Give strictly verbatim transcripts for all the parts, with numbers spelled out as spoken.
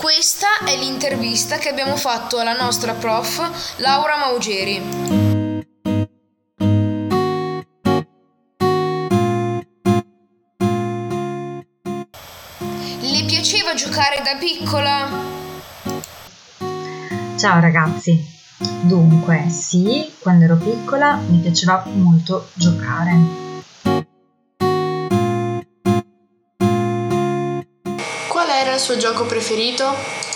Questa è l'intervista che abbiamo fatto alla nostra prof Laura Maugeri. Le piaceva giocare da piccola? Ciao ragazzi, dunque sì, quando ero piccola mi piaceva molto giocare. Qual era il suo gioco preferito?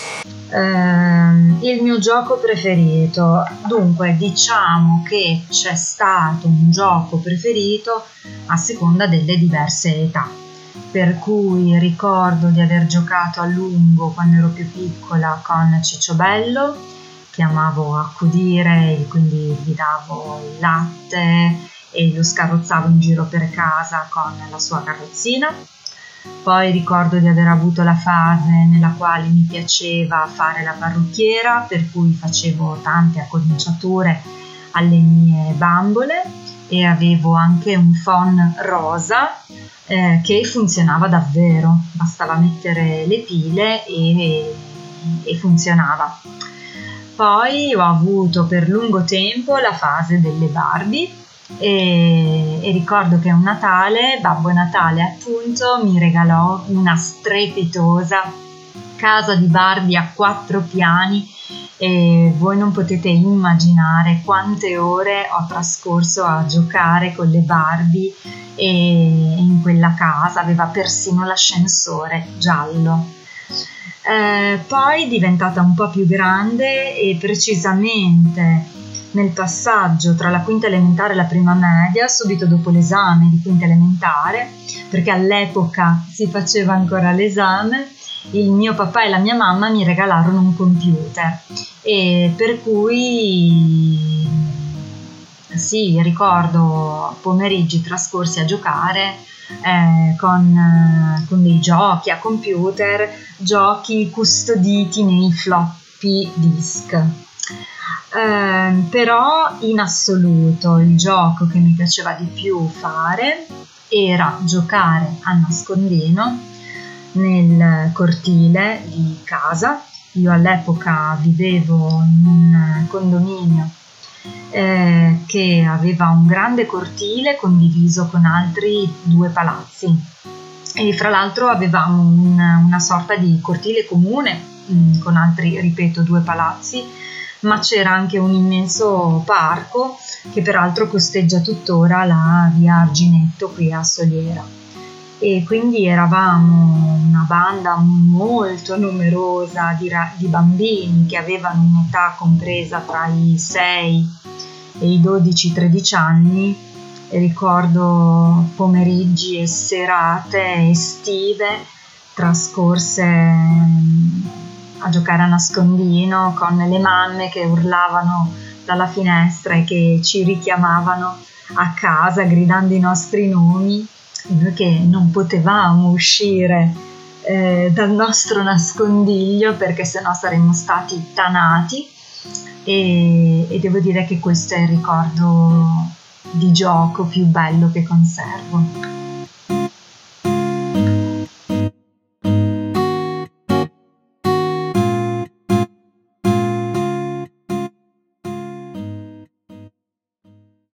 Ehm, il mio gioco preferito, dunque diciamo che c'è stato un gioco preferito a seconda delle diverse età, per cui ricordo di aver giocato a lungo quando ero più piccola con Cicciobello, che amavo accudire e quindi gli davo il latte e lo scarrozzavo in giro per casa con la sua carrozzina. Poi ricordo di aver avuto la fase nella quale mi piaceva fare la parrucchiera, per cui facevo tante acconciature alle mie bambole e avevo anche un phon rosa eh, che funzionava davvero, bastava mettere le pile e, e funzionava. Poi ho avuto per lungo tempo la fase delle Barbie e, e ricordo che un Natale, Babbo Natale appunto, mi regalò una strepitosa casa di Barbie a quattro piani e voi non potete immaginare quante ore ho trascorso a giocare con le Barbie e in quella casa aveva persino l'ascensore giallo. Eh, poi diventata un po' più grande e precisamente nel passaggio tra la quinta elementare e la prima media, subito dopo l'esame di quinta elementare, perché all'epoca si faceva ancora l'esame, il mio papà e la mia mamma mi regalarono un computer e per cui sì, ricordo pomeriggi trascorsi a giocare eh, con, eh, con dei giochi a computer, giochi custoditi nei floppy disk. Eh, però in assoluto il gioco che mi piaceva di più fare era giocare a nascondino nel cortile di casa. Io all'epoca vivevo in un condominio eh, che aveva un grande cortile condiviso con altri due palazzi e fra l'altro avevamo un, una sorta di cortile comune mh, con altri, ripeto, due palazzi, ma c'era anche un immenso parco che peraltro costeggia tuttora la via Arginetto qui a Soliera. E quindi eravamo una banda molto numerosa di, ra- di bambini che avevano un'età compresa tra i sei e i dodici tredici anni e ricordo pomeriggi e serate estive trascorse a giocare a nascondino con le mamme che urlavano dalla finestra e che ci richiamavano a casa gridando i nostri nomi, perché non potevamo uscire eh, dal nostro nascondiglio perché sennò saremmo stati tanati e, e devo dire che questo è il ricordo di gioco più bello che conservo.